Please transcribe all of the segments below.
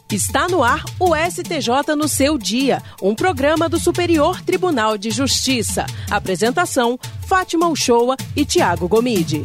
Está no ar o STJ no seu dia, um programa do Superior Tribunal de Justiça. Apresentação, Fátima Uchoa e Tiago Gomide.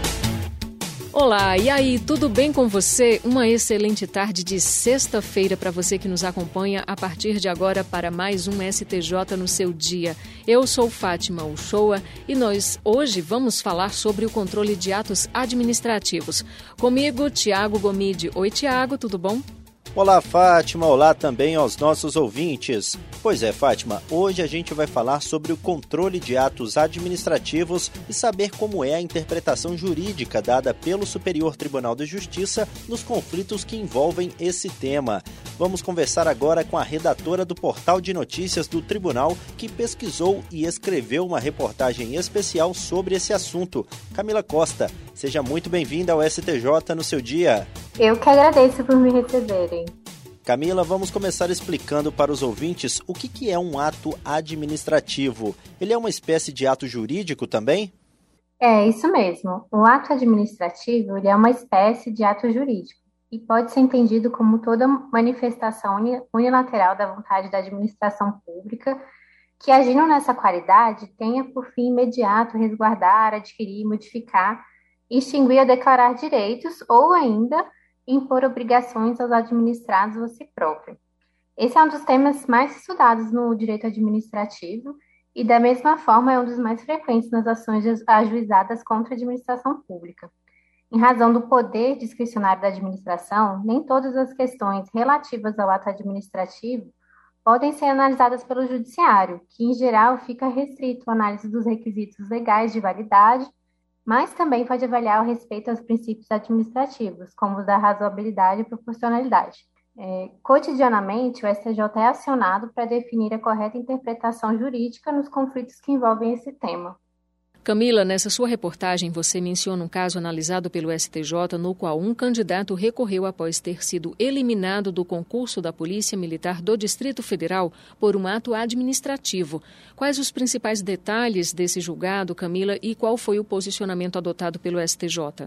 Olá, e aí, tudo bem com você? Uma excelente tarde de sexta-feira para você que nos acompanha a partir de agora para mais um STJ no seu dia. Eu sou Fátima Uchoa e nós hoje vamos falar sobre o controle de atos administrativos. Comigo, Tiago Gomide. Oi, Tiago, tudo bom? Olá, Fátima. Olá também aos nossos ouvintes. Pois é, Fátima, hoje a gente vai falar sobre o controle de atos administrativos e saber como é a interpretação jurídica dada pelo Superior Tribunal de Justiça nos conflitos que envolvem esse tema. Vamos conversar agora com a redatora do portal de notícias do Tribunal, que pesquisou e escreveu uma reportagem especial sobre esse assunto. Camila Costa, seja muito bem-vinda ao STJ no seu dia. Eu que agradeço por me receberem. Camila, vamos começar explicando para os ouvintes o que é um ato administrativo. Ele é uma espécie de ato jurídico também? É, isso mesmo. O ato administrativo ele é uma espécie de ato jurídico e pode ser entendido como toda manifestação unilateral da vontade da administração pública que, agindo nessa qualidade, tenha por fim imediato resguardar, adquirir, modificar, extinguir ou declarar direitos ou ainda impor obrigações aos administrados ou a si próprio. Esse é um dos temas mais estudados no direito administrativo e, da mesma forma, é um dos mais frequentes nas ações ajuizadas contra a administração pública. Em razão do poder discricionário da administração, nem todas as questões relativas ao ato administrativo podem ser analisadas pelo judiciário, que, em geral, fica restrito à análise dos requisitos legais de validade, mas também pode avaliar o respeito aos princípios administrativos, como os da razoabilidade e proporcionalidade. Cotidianamente, o STJ é acionado para definir a correta interpretação jurídica nos conflitos que envolvem esse tema. Camila, nessa sua reportagem você menciona um caso analisado pelo STJ no qual um candidato recorreu após ter sido eliminado do concurso da Polícia Militar do Distrito Federal por um ato administrativo. Quais os principais detalhes desse julgado, Camila, e qual foi o posicionamento adotado pelo STJ?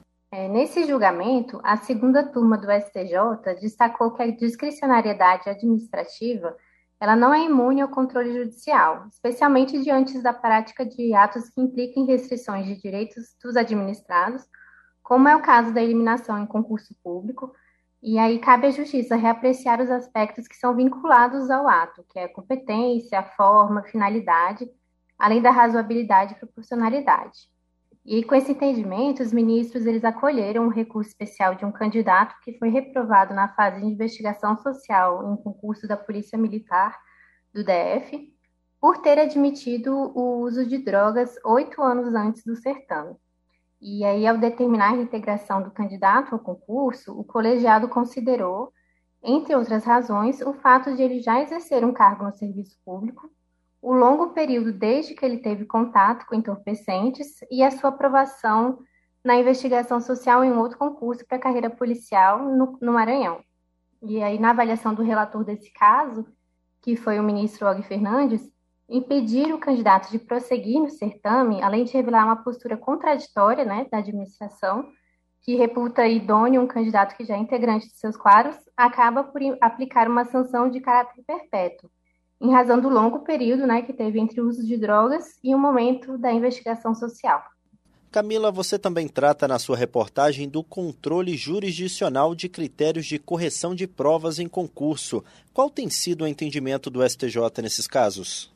Nesse julgamento, a segunda turma do STJ destacou que a discricionariedade administrativa ela não é imune ao controle judicial, especialmente diante da prática de atos que impliquem restrições de direitos dos administrados, como é o caso da eliminação em concurso público, e aí cabe à Justiça reapreciar os aspectos que são vinculados ao ato, que é a competência, a forma, a finalidade, além da razoabilidade e proporcionalidade. E com esse entendimento, os ministros eles acolheram um recurso especial de um candidato que foi reprovado na fase de investigação social em concurso da Polícia Militar do DF, por ter admitido o uso de drogas 8 anos antes do certame. E aí, ao determinar a reintegração do candidato ao concurso, o colegiado considerou, entre outras razões, o fato de ele já exercer um cargo no serviço público, o longo período desde que ele teve contato com entorpecentes e a sua aprovação na investigação social em um outro concurso para a carreira policial no Maranhão. E aí, na avaliação do relator desse caso, que foi o ministro Og Fernandes, impedir o candidato de prosseguir no certame, além de revelar uma postura contraditória, da administração, que reputa idôneo um candidato que já é integrante de seus quadros, acaba por aplicar uma sanção de caráter perpétuo, em razão do longo período que teve entre o uso de drogas e o momento da investigação social. Camila, você também trata na sua reportagem do controle jurisdicional de critérios de correção de provas em concurso. Qual tem sido o entendimento do STJ nesses casos?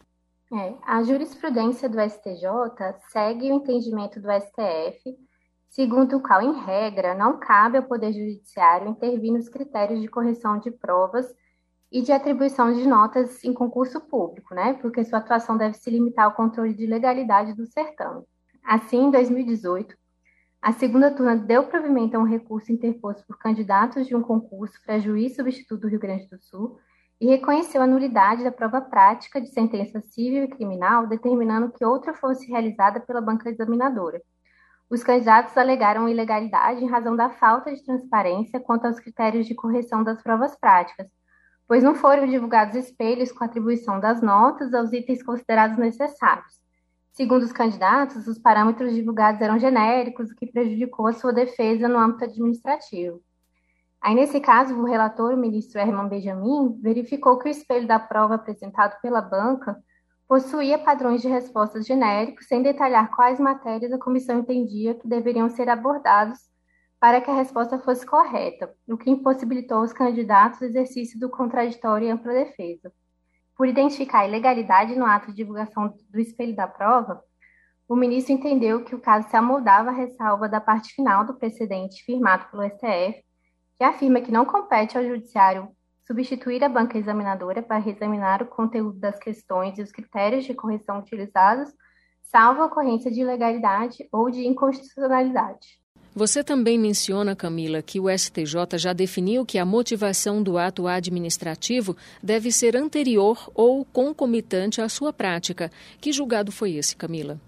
A jurisprudência do STJ segue o entendimento do STF, segundo o qual, em regra, não cabe ao Poder Judiciário intervir nos critérios de correção de provas e de atribuição de notas em concurso público, porque sua atuação deve se limitar ao controle de legalidade do certame. Assim, em 2018, a segunda turma deu provimento a um recurso interposto por candidatos de um concurso para juiz substituto do Rio Grande do Sul e reconheceu a nulidade da prova prática de sentença civil e criminal, determinando que outra fosse realizada pela banca examinadora. Os candidatos alegaram ilegalidade em razão da falta de transparência quanto aos critérios de correção das provas práticas, pois não foram divulgados espelhos com atribuição das notas aos itens considerados necessários. Segundo os candidatos, os parâmetros divulgados eram genéricos, o que prejudicou a sua defesa no âmbito administrativo. Aí, nesse caso, o relator, o ministro Herman Benjamin, verificou que o espelho da prova apresentado pela banca possuía padrões de respostas genéricos, sem detalhar quais matérias a comissão entendia que deveriam ser abordados para que a resposta fosse correta, o que impossibilitou aos candidatos o exercício do contraditório e ampla defesa. Por identificar ilegalidade no ato de divulgação do espelho da prova, o ministro entendeu que o caso se amoldava à ressalva da parte final do precedente firmado pelo STF, que afirma que não compete ao judiciário substituir a banca examinadora para reexaminar o conteúdo das questões e os critérios de correção utilizados, salvo a ocorrência de ilegalidade ou de inconstitucionalidade. Você também menciona, Camila, que o STJ já definiu que a motivação do ato administrativo deve ser anterior ou concomitante à sua prática. Que julgado foi esse, Camila?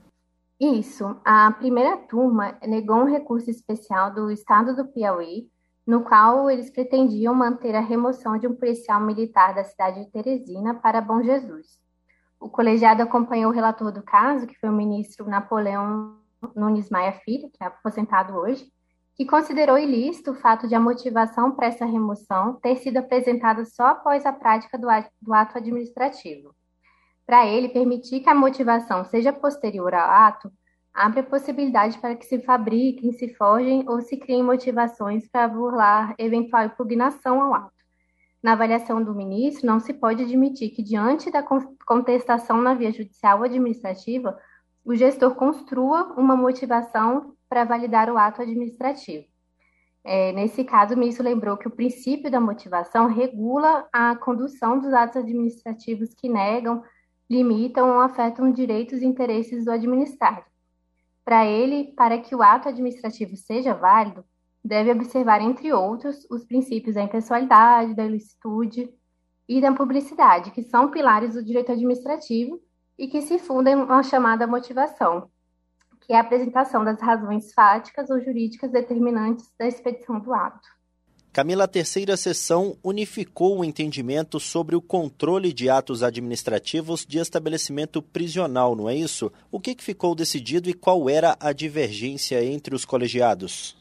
Isso. A primeira turma negou um recurso especial do Estado do Piauí, no qual eles pretendiam manter a remoção de um policial militar da cidade de Teresina para Bom Jesus. O colegiado acompanhou o relator do caso, que foi o ministro Napoleão Nunes Maia Filho, que é aposentado hoje, que considerou ilícito o fato de a motivação para essa remoção ter sido apresentada só após a prática do ato administrativo. Para ele, permitir que a motivação seja posterior ao ato abre a possibilidade para que se fabriquem, se forjem ou se criem motivações para burlar eventual impugnação ao ato. Na avaliação do ministro, não se pode admitir que, diante da contestação na via judicial ou administrativa, o gestor construa uma motivação para validar o ato administrativo. Nesse caso, o ministro lembrou que o princípio da motivação regula a condução dos atos administrativos que negam, limitam ou afetam direitos e interesses do administrado. Para ele, para que o ato administrativo seja válido, deve observar, entre outros, os princípios da impessoalidade, da ilicitude e da publicidade, que são pilares do direito administrativo e que se fundem na chamada motivação, que é a apresentação das razões fáticas ou jurídicas determinantes da expedição do ato. Camila, a terceira sessão unificou o entendimento sobre o controle de atos administrativos de estabelecimento prisional, não é isso? O que ficou decidido e qual era a divergência entre os colegiados?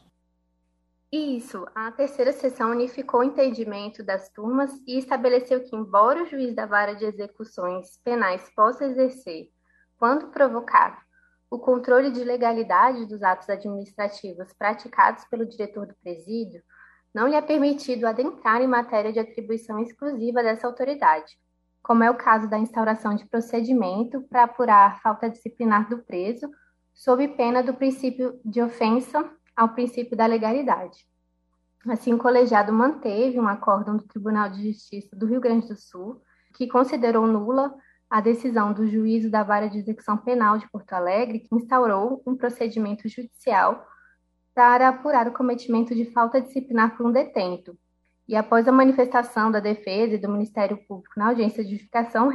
Isso, a terceira sessão unificou o entendimento das turmas e estabeleceu que, embora o juiz da vara de execuções penais possa exercer, quando provocado, o controle de legalidade dos atos administrativos praticados pelo diretor do presídio, não lhe é permitido adentrar em matéria de atribuição exclusiva dessa autoridade, como é o caso da instauração de procedimento para apurar falta disciplinar do preso, sob pena do princípio de ofensa ao princípio da legalidade. Assim, o colegiado manteve um acórdão do Tribunal de Justiça do Rio Grande do Sul, que considerou nula a decisão do juízo da Vara de Execução Penal de Porto Alegre, que instaurou um procedimento judicial para apurar o cometimento de falta disciplinar por um detento. E após a manifestação da defesa e do Ministério Público na audiência de justificação,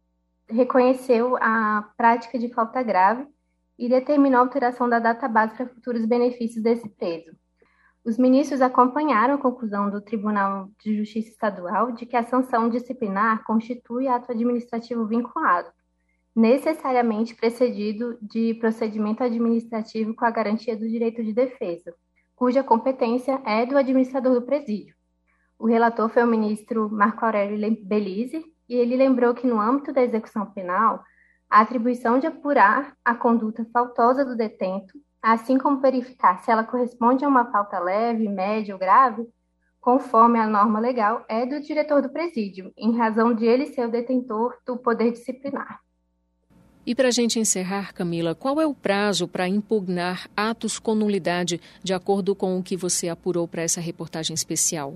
reconheceu a prática de falta grave e determinou a alteração da data base para futuros benefícios desse preso. Os ministros acompanharam a conclusão do Tribunal de Justiça Estadual de que a sanção disciplinar constitui ato administrativo vinculado, necessariamente precedido de procedimento administrativo com a garantia do direito de defesa, cuja competência é do administrador do presídio. O relator foi o ministro Marco Aurélio Belize, e ele lembrou que, no âmbito da execução penal, a atribuição de apurar a conduta faltosa do detento, assim como verificar se ela corresponde a uma falta leve, média ou grave, conforme a norma legal, é do diretor do presídio, em razão de ele ser o detentor do poder disciplinar. E para a gente encerrar, Camila, qual é o prazo para impugnar atos com nulidade, de acordo com o que você apurou para essa reportagem especial?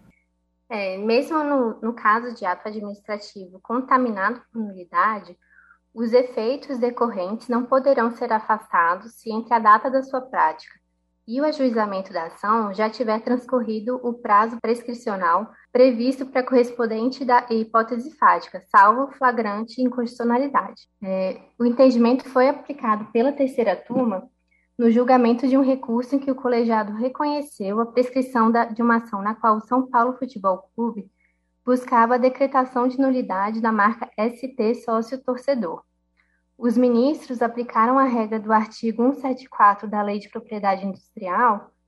Mesmo no caso de ato administrativo contaminado por nulidade, os efeitos decorrentes não poderão ser afastados se entre a data da sua prática e o ajuizamento da ação já tiver transcorrido o prazo prescricional previsto para a correspondente da hipótese fática, salvo flagrante inconstitucionalidade. O entendimento foi aplicado pela terceira turma no julgamento de um recurso em que o colegiado reconheceu a prescrição de uma ação na qual o São Paulo Futebol Clube buscava a decretação de nulidade da marca ST sócio-torcedor. Os ministros aplicaram a regra do artigo 174 da Lei de Propriedade Industrial,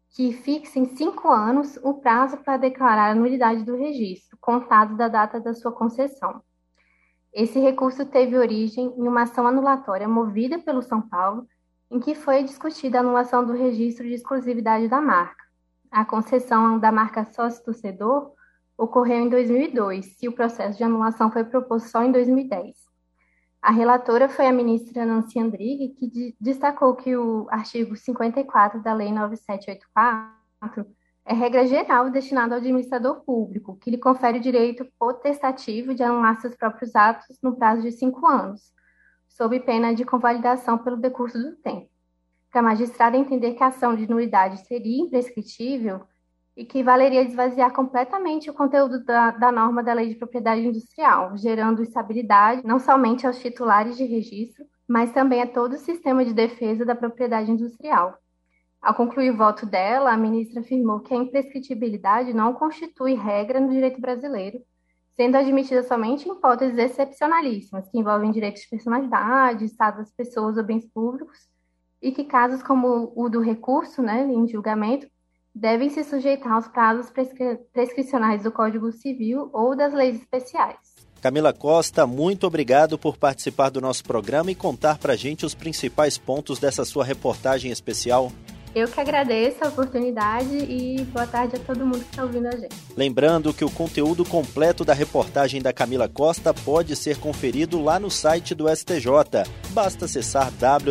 que fixa em 5 anos o prazo para declarar a nulidade do registro, contado da data da sua concessão. Esse recurso teve origem em uma ação anulatória movida pelo São Paulo, em que foi discutida a anulação do registro de exclusividade da marca. A concessão da marca sócio-torcedor ocorreu em 2002 e o processo de anulação foi proposto só em 2010. A relatora foi a ministra Nancy Andrighi, que destacou que o artigo 54 da Lei 9784 é regra geral destinada ao administrador público, que lhe confere o direito potestativo de anular seus próprios atos no prazo de 5 anos, sob pena de convalidação pelo decurso do tempo. Para a magistrada entender que a ação de nulidade seria imprescritível e que valeria esvaziar completamente o conteúdo da norma da Lei de Propriedade Industrial, gerando instabilidade não somente aos titulares de registro, mas também a todo o sistema de defesa da propriedade industrial. Ao concluir o voto dela, a ministra afirmou que a imprescritibilidade não constitui regra no direito brasileiro, sendo admitida somente em hipóteses excepcionalíssimas, que envolvem direitos de personalidade, estado das pessoas ou bens públicos, e que casos como o do recurso, em julgamento, devem se sujeitar aos prazos prescricionais do Código Civil ou das leis especiais. Camila Costa, muito obrigado por participar do nosso programa e contar pra gente os principais pontos dessa sua reportagem especial. Eu que agradeço a oportunidade e boa tarde a todo mundo que está ouvindo a gente. Lembrando que o conteúdo completo da reportagem da Camila Costa pode ser conferido lá no site do STJ. Basta acessar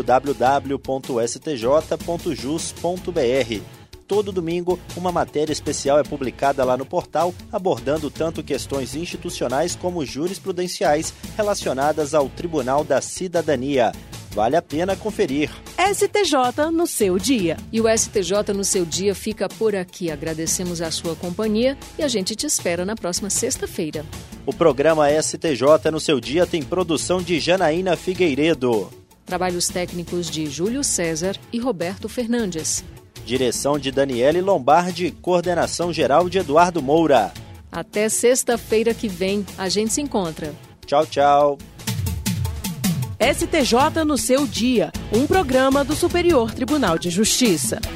www.stj.jus.br. Todo domingo, uma matéria especial é publicada lá no portal, abordando tanto questões institucionais como jurisprudenciais relacionadas ao Tribunal da Cidadania. Vale a pena conferir. STJ no seu dia. E o STJ no seu dia fica por aqui. Agradecemos a sua companhia e a gente te espera na próxima sexta-feira. O programa STJ no seu dia tem produção de Janaína Figueiredo. Trabalhos técnicos de Júlio César e Roberto Fernandes. Direção de Daniele Lombardi, coordenação geral de Eduardo Moura. Até sexta-feira que vem, a gente se encontra. Tchau, tchau. STJ no seu dia, um programa do Superior Tribunal de Justiça.